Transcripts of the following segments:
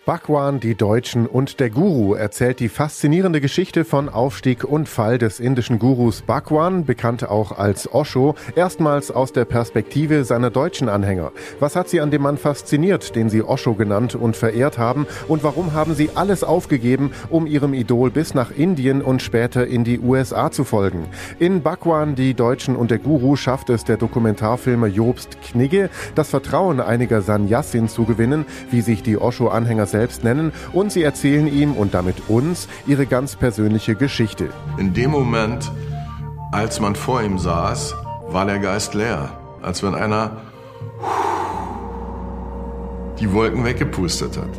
Bhagwan, die Deutschen und der Guru erzählt die faszinierende Geschichte von Aufstieg und Fall des indischen Gurus Bhagwan, bekannt auch als Osho, erstmals aus der Perspektive seiner deutschen Anhänger. Was hat sie an dem Mann fasziniert, den sie Osho genannt und verehrt haben, und warum haben sie alles aufgegeben, um ihrem Idol bis nach Indien und später in die USA zu folgen? In Bhagwan, die Deutschen und der Guru schafft es der Dokumentarfilmer Jobst Knigge, das Vertrauen einiger Sannyasin zu gewinnen, wie sich die Osho-Anhänger selbst nennen, und sie erzählen ihm und damit uns ihre ganz persönliche Geschichte. In dem Moment, als man vor ihm saß, war der Geist leer. Als wenn einer die Wolken weggepustet hat.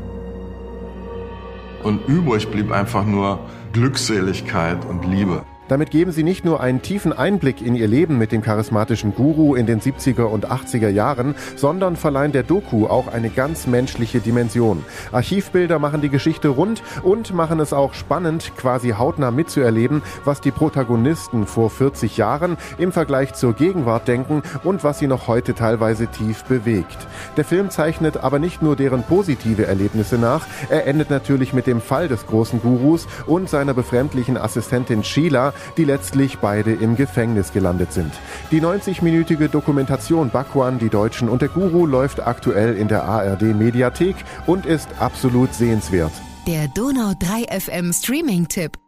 Und übrig blieb einfach nur Glückseligkeit und Liebe. Damit geben sie nicht nur einen tiefen Einblick in ihr Leben mit dem charismatischen Guru in den 70er und 80er Jahren, sondern verleihen der Doku auch eine ganz menschliche Dimension. Archivbilder machen die Geschichte rund und machen es auch spannend, quasi hautnah mitzuerleben, was die Protagonisten vor 40 Jahren im Vergleich zur Gegenwart denken und was sie noch heute teilweise tief bewegt. Der Film zeichnet aber nicht nur deren positive Erlebnisse nach, er endet natürlich mit dem Fall des großen Gurus und seiner befremdlichen Assistentin Sheila, die letztlich beide im Gefängnis gelandet sind. Die 90-minütige Dokumentation Bhagwan, die Deutschen und der Guru läuft aktuell in der ARD-Mediathek und ist absolut sehenswert. Der Donau 3 FM Streaming-Tipp.